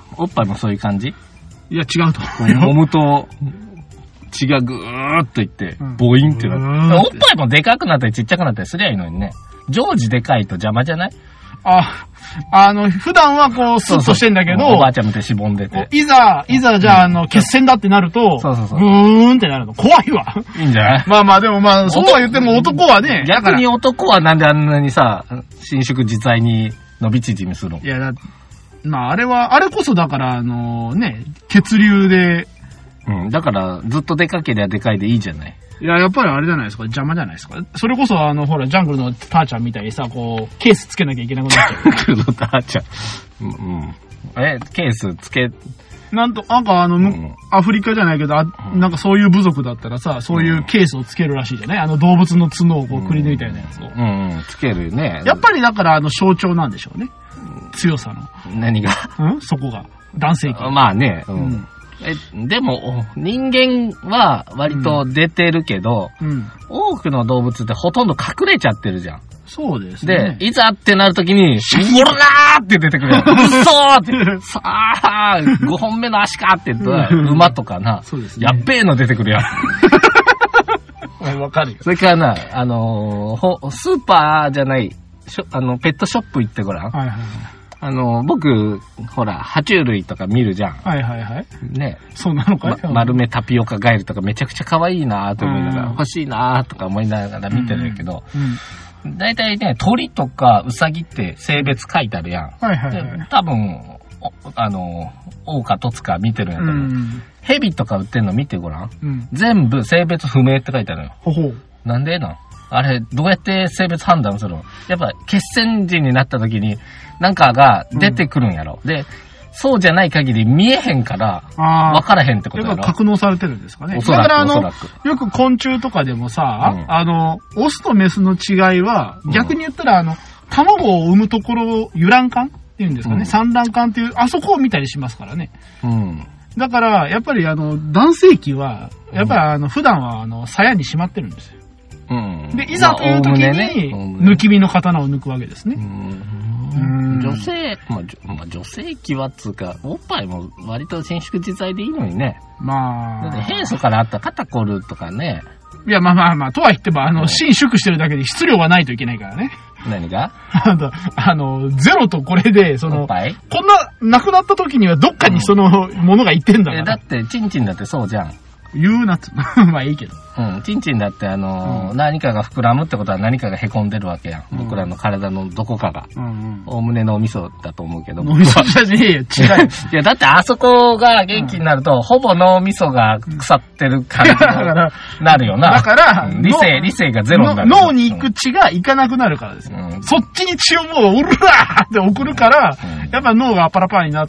おっぱいもそういう感じ？ いや、違うと思うよ。 揉むと、血がぐーっといって、ボインってなる。おっぱいもでかくなったりちっちゃくなったりすりゃいいのにね。常時でかいと邪魔じゃない？ あ、あの、普段はこう、スッとしてんだけど、 そうそうおばあちゃんみたいにしぼんでて。 いざ、いざじゃあ、あの、血栓だってなると、 そうそうそう。 ブーンってなるの。怖いわ。 いいんじゃない？ まあまあ、でもまあ、そうは言っても男はね。 逆に男はなんであんなにさ、伸縮自在に伸び縮みするの？ いや、だまあ、あれは、あれこそだから、あの、ね、血流で。 うん、だから、ずっとでかけりゃでかいでいいじゃない。 いや、やっぱりあれじゃないですか。邪魔じゃないですか。それこそ、あの、ほら、ジャングルのターちゃんみたいにさ、こう、ケースつけなきゃいけなくなっちゃう。 ジャングルのターちゃん。うん。え、ケースつけ、 なんと、なんかあの、うん、アフリカじゃないけど、あ、なんかそういう部族だったらさ、そういうケースをつけるらしいじゃない？あの動物の角をこうくり抜いたようなやつを。 うん、うん、つけるね。 やっぱりだからあの象徴なんでしょうね。強さの。 何が？ うんそこが。男性器。 まあね。うん。うんえ、でも、人間は割と出てるけど、うんうん、多くの動物ってほとんど隠れちゃってるじゃん。 そうですね。 で、いざってなるときに、うおらーって出てくる。うそーって、さあ、ごほんめの足かって言ったら、馬とかな、そうですね、やっべえの出てくるやん。 わかるよ。 それからな、あのー、スーパーじゃない、しょあの、ペットショップ行ってごらん。はいはいはい。あの、僕、ほら、爬虫類とか見るじゃん。 はいはいはい。 ね。 そうなのかい、 ま、丸めタピオカガエルとかめちゃくちゃ可愛いなと思いながら、欲しいなとか思いながら見てるけど、うんうん、だいたいね、鳥とかウサギって性別書いてあるやん。はいはいはい。で多分、あの、オオカトツカ見てるんやけど、うん、ヘビとか売ってんの見てごらん。うん、全部性別不明って書いてあるよ。ほほう。なんでなんあれ、どうやって性別判断するの？やっぱ、血栓時になった時に、なんかが出てくるんやろ。うん、で、そうじゃない限り見えへんから、わからへんってことやろ。 やっぱ格納されてるんですかね。 おそらく、だからあの、よく昆虫とかでもさ、うん、あの、オスとメスの違いは、逆に言ったら、あの、卵を産むところ、輸卵管っていうんですかね。うん、産卵管っていう、あそこを見たりしますからね。うん。だから、やっぱりあの、男性器は、やっぱりあの、普段はあの、鞘にしまってるんですよ。うん、で、いざという時に、抜き身の刀を抜くわけですね。 うん女性、まあ、まあ、女性器はつうか、おっぱいも割と伸縮自在でいいのにね。まあ。だって平素からあった肩こるとかね。 いや、まあまあまあ、とは言っても、あの、伸縮してるだけで質量はないといけないからね。 何があの、ゼロとこれで、その、 おっぱいこんな、亡くなった時にはどっかにその、ものがいってんだから。 え、だって、チンチンだってそうじゃん。 言うなって。まあいいけど。 うん。チンチンだってあのーうん、何かが膨らむってことは何かが凹んでるわけやん。うん、僕らの体のどこかが。おおむね脳みそだと思うけど。 脳みそじゃねえよ。違う。 いや、だってあそこが元気になると、うん、ほぼ脳みそが腐ってる感じになるよな。 だから、 うん、理性、理性がゼロになる。 脳に行く血が行かなくなるからですよ。うん、そっちに血をもう、うるらーって送るから、うん、やっぱ脳がパラパラになって、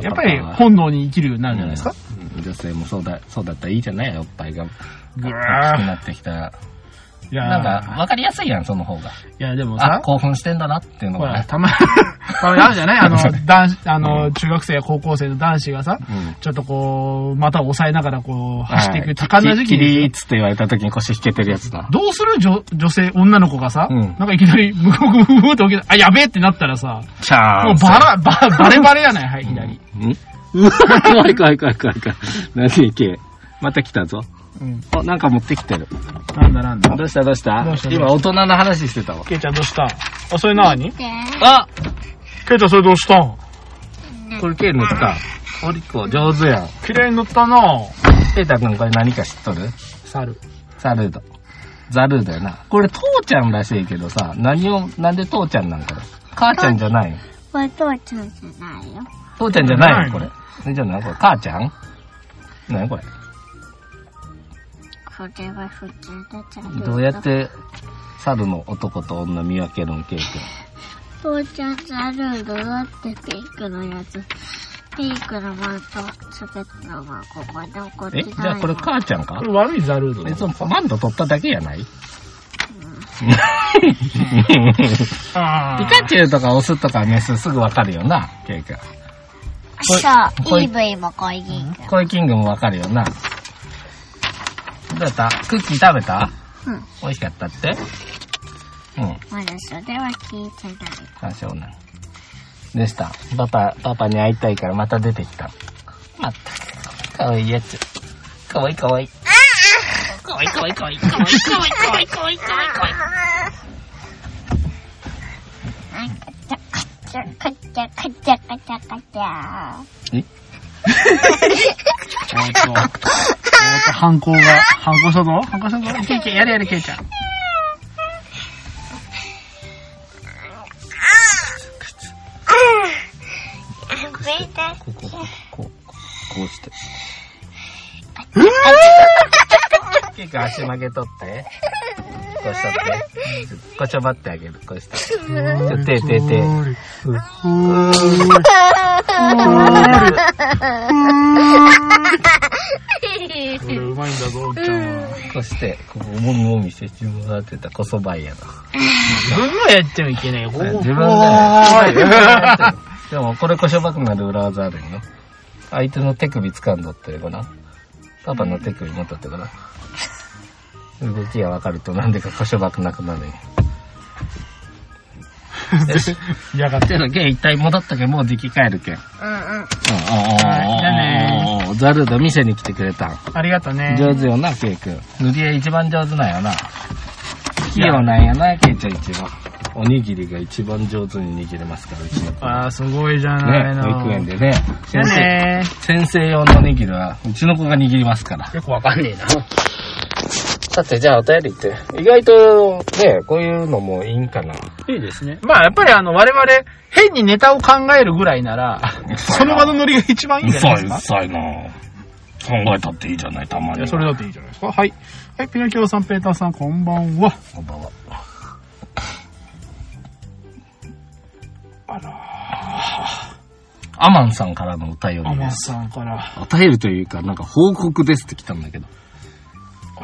やっぱり本能に生きるようになるじゃないですか。 うん女性もそうだ、そうだったらいいじゃないおっぱいが大きくなってきたら。いやなんか、わかりやすいやん、その方が。いや、でもさ。 あ、興奮してんだなっていうのが、ね。 たま、たまにあるじゃないあの、男子、あの、うん、中学生や高校生の男子がさ、うん、ちょっとこう、股を押さえながらこう、走っていく多感な時期に。 キリーッつって言われた時に腰引けてるやつだ。 どうする女、女性、女の子がさ、うん、なんかいきなり、ムクムクムクって起きて、あ、やべえってなったらさ、 チャーもうバラ、バ、バレバレやない、はい、左。 んうわ、怖い怖い怖い怖い怖い。何いけ。また来たぞ。うん。あ、なんか持ってきてる。 なんだなんだ。 どうしたどうしたどうした今大人の話してたわ。 ケイちゃんどうしたあ、それ何あケイちゃんそれどうしたんこれケイ塗った。おりこ上手やん。 綺麗に塗ったなケイタ君これ何か知っとるサル。 サルード。ザルードやな。これ父ちゃんらしいけどさ、何を、なんで父ちゃんなんこれ母ちゃんじゃないこれ父ちゃんじゃないよ。 父ちゃんじゃないのこれ。じゃあ何これ母ちゃん何これこれは普通のザルード。 どうやって猿の男と女見分けるんケイ君父ちゃんザルードだってピンクのやつ。 ピンクのマントつけたのがここでこっちだよ。 え、じゃあこれ母ちゃんかこれ悪いザルードえ、そのマント取っただけやないあピカチュウとかオスとかメスすぐわかるよな、ケイ君。 そう、イーブイ もコイキング。 コイキングもわかるよな。どうやった？クッキー食べた？ うん。 美味しかったって？うん。 まだそれは聞いてない。 あ、そうなん。でした。パパ、パパに会いたいからまた出てきた。まったく。かわいいやつ。かわいいかわいい。かわいいかわいいかわいい。かわいいかわいいかわいいかわいいかわいいかわいい。 カチャカチャカチャカチャカチャ。 ええっと、えっと、反抗が、反抗したぞ反抗したぞケイちゃん、やれやれケイちゃん。 ここ、こう、こう、こうして。結構足曲げとって。こうしとって。こちょばってあげる。こうして。ちょ、手、手、手。 これうまいんだぞ、おっちゃんは。 こうして、ここ、もみもみして自分がやってたこそばいやな。 自分のやってもいけないよ。 自分が。でも、これこしょばくなる裏技あるんよ。相手の手首掴んどってるかな。パパの手首持っとってかな。動きがわかるとなんでかこしょばくなくなるんよ。よし。 やがって。 ゲイ一体戻ったけん、もう時期帰るけん。うんうんうん。 はい、 じゃあねザルード店に来てくれたん。 ありがとね。 上手よな、ケイ君。塗り絵一番上手なんやな。器用なんやな、ケイちゃん一番。おにぎりが一番上手に握れますから、うちの子。 あー、すごいじゃないの。 ね、保育園でね。 じゃあね先生用のおにぎりは、うちの子が握りますから。 よくわかんねえな。 さて、じゃあお便りって。意外と、ね、こういうのもいいんかな。 いいですね。まあ、やっぱりあの、我々、変にネタを考えるぐらいなら、その場のノリが一番いいんじゃないですか。 うっさいな考えたっていいじゃない、たまに。 それだっていいじゃないですか。はい。はい、ピノキオさん、ペーターさん、こんばんは。 こんばんは。 あらアマンさんからのお便りです。 アマンさんから。 お便りというか、なんか報告ですって来たんだけど。 あら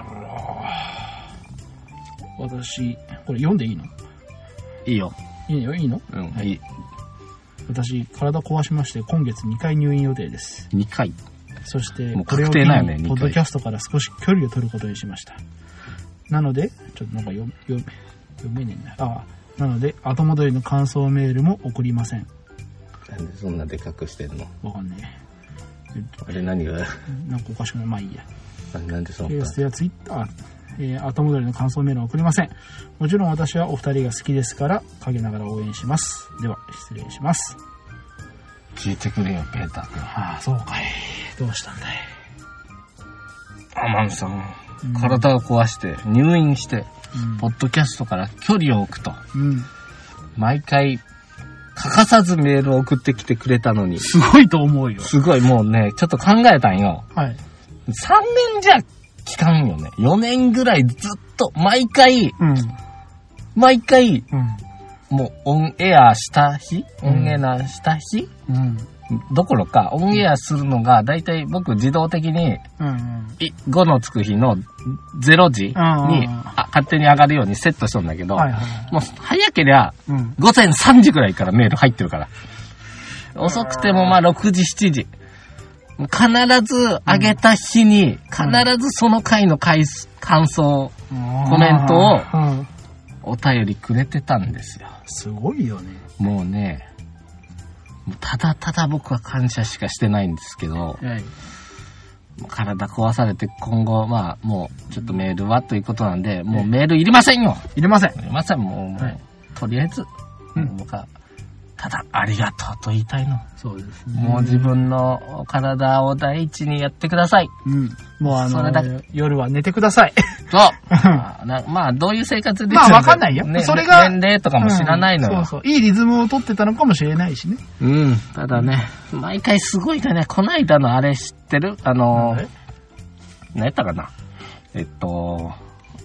私、これ読んでいいの？ いいよ。 いいよ、いいの？ うん、 はい。 いい。 私、体壊しまして、今月にかい入院予定です。 にかい。 そして、 もうこれを機確定なんよね、 に、ポッドキャストから少し距離を取ることにしました。なので、ちょっとなんか読、読、読めねえんだ。ああ。なので、後戻りの感想メールも送りません。 なんでそんなでかくしてんの？ わかんねえ。 あれ何がなんかおかしくない。まあいいや。 なんでそんな。 えー、ツイッター、えー、後戻りの感想メールは送りません。もちろん私はお二人が好きですから、陰ながら応援します。では、失礼します。 聞いてくれよ、ペーター君。 ああ、そうかい。どうしたんだい。 アマンさん、うん、体を壊して入院して、うん、ポッドキャストから距離を置くと、うん、毎回欠かさずメールを送ってきてくれたのにすごいと思うよ。 すごいもうねちょっと考えたんよ。はい。さんねんじゃ期間よね。よねんぐらいずっと毎回、うん、毎回、うん、もうオンエアした日、オンエアした日、うん、どころかオンエアするのがだいたい僕自動的にごのつく日のれいじにあ勝手に上がるようにセットしとんだけど、はいはいはい、もう早けりゃごぜんさんじぐらいからメール入ってるから、遅くてもまあろくじしちじ必ず上げた日に必ずその回の回感想コメントをお便りくれてたんですよ。 すごいよね。 もうねただただ僕は感謝しかしてないんですけど、はい、体壊されて今後まあもうちょっとメールはということなんで、もうメールいりませんよ。 いりません。 いりません。もう、もうはい、とりあえず、うん、僕はただありがとうと言いたいの。 そうですね。 もう自分の体を第一にやってください。 うん。もうあのそれだ夜は寝てください。 そう。ま, まあどういう生活でまあわかんないよ。ね、それが年齢とかも知らないのよ、 うん。そうそう。いいリズムを取ってたのかもしれないしね。 うん。ただね、毎回すごいかね。こないだのあれ知ってる？あの何やったかな。えっと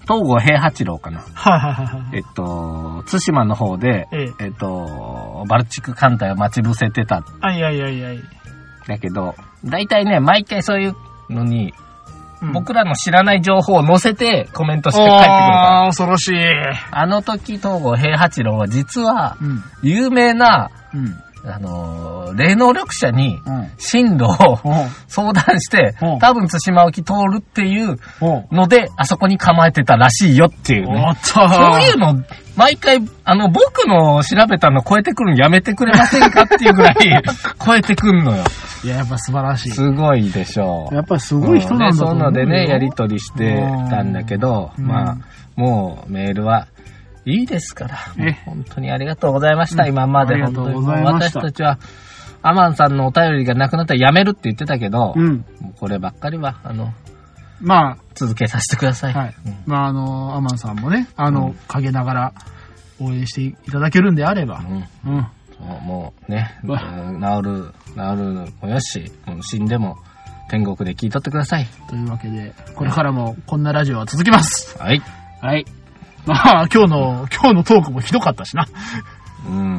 東郷平八郎かな。 はいはいはいはい。 えっと、対馬の方で、 えええっと、バルチック艦隊を待ち伏せてた。 はいはいはいはい。 だけど、大体ね、毎回そういうのに、 うん、 僕らの知らない情報を載せてコメントして帰ってくるから。 ああ、恐ろしい。 あの時、東郷平八郎は実は、 うん、 有名な、 うん、 あのー、霊能力者に進路を相談して、 うん、 多分対馬沖通るっていうので、あそこに構えてたらしいよっていうね。そういうの、毎回、あの、僕の調べたの超えてくるのやめてくれませんかっていうぐらい超えてくんのよ。 いや、やっぱ素晴らしい。 すごいでしょう。 やっぱりすごい人なんだと思うよ。 うん、で、そういうのでね、やりとりしてたんだけど、まあ、もうメールは、いいですから。本当にありがとうございました、うん、今まで。本当に私たちは、アマンさんのお便りがなくなったらやめるって言ってたけど、うん、もうこればっかりは、あの、 まあ、 続けさせてください。はい。 うん、まあ、あの、アマンさんもね、あの、うん、陰ながら応援していただけるんであれば、うん。うん、 そうもうね、治る、治るもよし、死んでも天国で聞いとってください。 というわけで、これからもこんなラジオは続きます。 はい。 はい。まあ、今日の、今日のトークもひどかったしな。 うん。うん。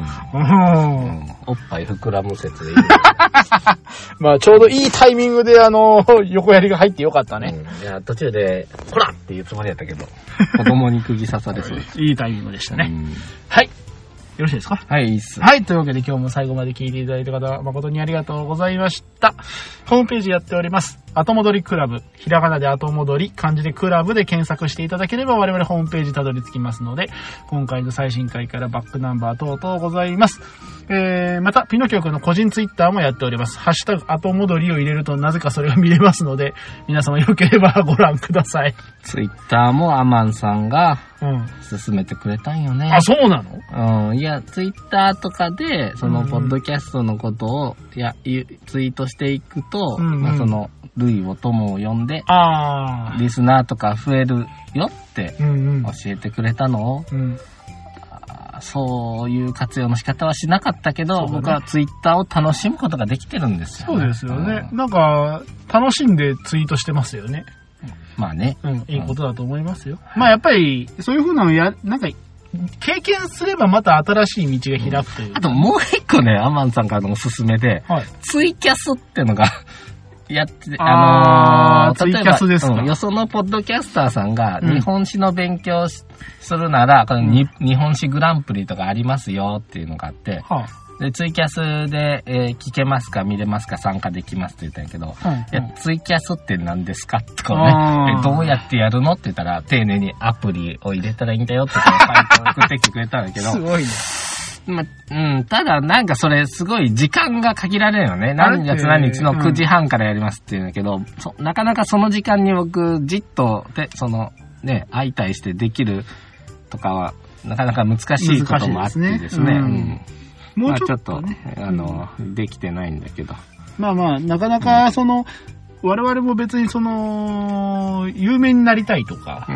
おっぱい膨らむ説でいい。 まあ、ちょうどいいタイミングで、あの、横槍が入ってよかったね。 うん、いや、途中で、ほらっていうつもりやったけど、子供に釘刺されそうです。 いいタイミングでしたね。うん、はい。よろしいですか？ はい、いいっす。 はい、というわけで今日も最後まで聞いていただいた方、誠にありがとうございました。ホームページやっております。後戻りクラブ。ひらがなで後戻り、漢字でクラブで検索していただければ我々ホームページたどり着きますので、今回の最新回からバックナンバー等々ございます。えー、また、ピノキョ君の個人ツイッターもやっております。ハッシュタグ後戻りを入れるとなぜかそれが見れますので、皆様よければご覧ください。 ツイッターもアマンさんが、進めてくれたんよね。 あ、そうなの？うん。いや、ツイッターとかで、その、ポッドキャストのことを、いや、ツイートしていくと、うんうん、まあ、その、類を友を呼んで、 あリスナーとか増えるよって教えてくれたのを、うんうん、そういう活用の仕方はしなかったけど、ね、僕はツイッターを楽しむことができてるんですよ、 ね。そうですよね。うん、なんか、楽しんでツイートしてますよね。 まあね。 うん、いいことだと思いますよ。うん、まあやっぱり、そういう風なのや、なんか、経験すればまた新しい道が開くという、 うん。あともう一個ね、アマンさんからのおすすめで、はい、ツイキャスってのが、やって、あのー、 ツイキャスですか、 うん、よそのポッドキャスターさんが日本史の勉強するなら、うん、このに、日本史グランプリとかありますよっていうのがあって、はあ、で、ツイキャスで、えー、聞けますか見れますか参加できますって言ったんやけど、うんうん、いや、ツイキャスって何ですかとかね、どうやってやるのって言ったら、丁寧にアプリを入れたらいいんだよって回答を送ってきてくれたんだけど、 すごいね。 ま、うん、ただなんかそれすごい時間が限られるよね。何月何日のくじはんからやりますっていうんだけど、うん、そなかなかその時間に僕じっとで、そのね、相対してできるとかはなかなか難しいこともあってですね。もうちょっと、ね、まあ、ちょっと、あの、うん、できてないんだけど。 まあまあ、なかなかその、うん、我々も別にその、有名になりたいとか、うん、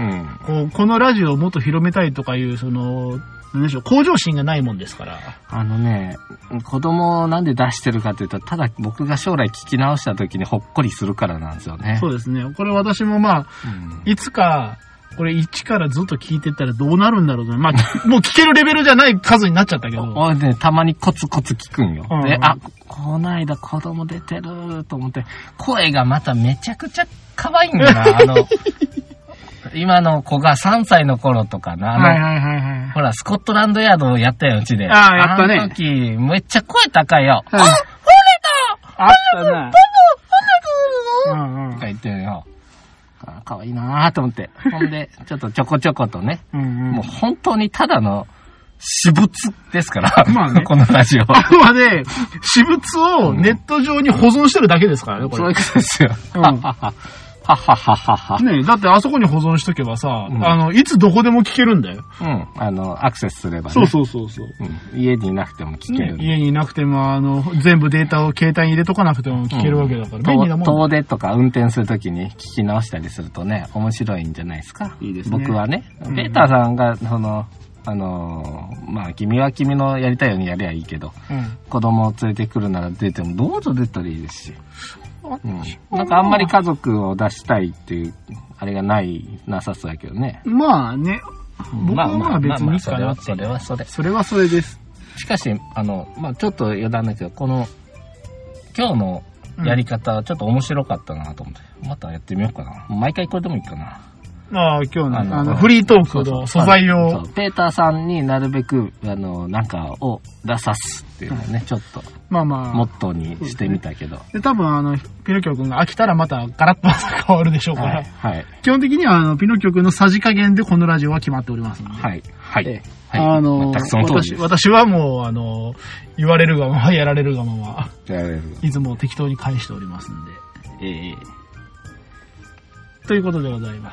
こうこのラジオをもっと広めたいとかいう、その、なんでしょう、向上心がないもんですから。 あのね、子供をなんで出してるかというと、ただ僕が将来聞き直した時にほっこりするからなんですよね。 そうですね。これ私もまあ、うん、いつか、これいちからずっと聞いてったらどうなるんだろうと。まあ、もう聞けるレベルじゃない数になっちゃったけど。 俺ね、たまにコツコツ聞くんよ。うんうん、で、あ、この間子供出てると思って、声がまためちゃくちゃ可愛いんだな、あの、今の子がさんさいの頃とかな。あの、 はいはいはいはい。 ほら、スコットランドヤードをやったよ、うちで。 ああ、やったね。 あの時、めっちゃ声高いよ。はい、あ、ほれたあったね。 パパ、パパ、うんうん。とか言ってるよ。あ、かわいいなぁと思って。ほんで、ちょっとちょこちょことね。うんうん、もう本当にただの私物ですから。まあね。このラジオ。 あくまで、私物をネット上に保存してるだけですからね、これ。 そういうことですよ。うんははははは。 ねえ、だってあそこに保存しとけばさ、うん、あの、いつどこでも聞けるんだよ。 うん。あの、アクセスすればね。 そうそうそうそう、 うん。家にいなくても聞ける、 ね。家にいなくても、あの、全部データを携帯に入れとかなくても聞けるわけだから。うん、便利なもん。 遠出とか運転するときに聞き直したりするとね、面白いんじゃないですか。 いいですね。 僕はね。ペーターさんが、その、あのー、まあ、君は君のやりたいようにやりゃいいけど、うん、子供を連れてくるなら出ても、どうぞ出たらいいですし。 あうん。なんかあんまり家族を出したいっていう、あれがない、なさそうやけどね。 まあね。僕はまあ別にいいかなって。 それはそれ。 それはそれです。 しかし、あの、まあちょっと余談だけど、この、今日のやり方、ちょっと面白かったなと思って。またやってみようかな。毎回これでもいいかな。 ああ、今日の、あの、フリートークの素材を。 ペーターさんになるべく、あの、なんかを出さすっていうのね、ちょっと。 まあまあ。 モットーにしてみたけど。 で、多分あの、ピノキオ君が飽きたらまたガラッと変わるでしょうから。 はい。 基本的にはあの、ピノキオ君のさじ加減でこのラジオは決まっておりますので。 はい。はい。 あの、私、私はもう、あの、言われるがまま、やられるがまま、いつも適当に返しておりますんで。ええということでございます。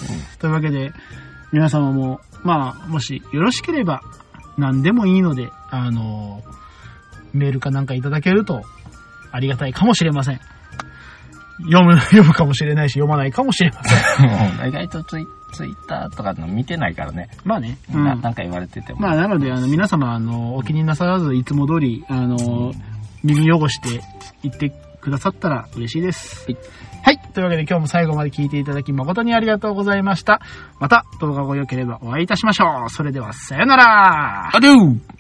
うん、というわけで、皆様も、まあ、もしよろしければ、何でもいいので、あの、メールかなんかいただけると、ありがたいかもしれません。読む、読むかもしれないし、読まないかもしれません。 意外とツイツイッターとかの見てないからね。 まあね。 うん、な, なんか言われてても。 まあ、なので、あの、皆様、あの、お気になさらず、いつも通り、あの、うん、耳汚して言ってくださったら嬉しいです。はい。はい。というわけで今日も最後まで聞いていただき誠にありがとうございました。また動画が良ければお会いいたしましょう。それではさよなら。 アデュー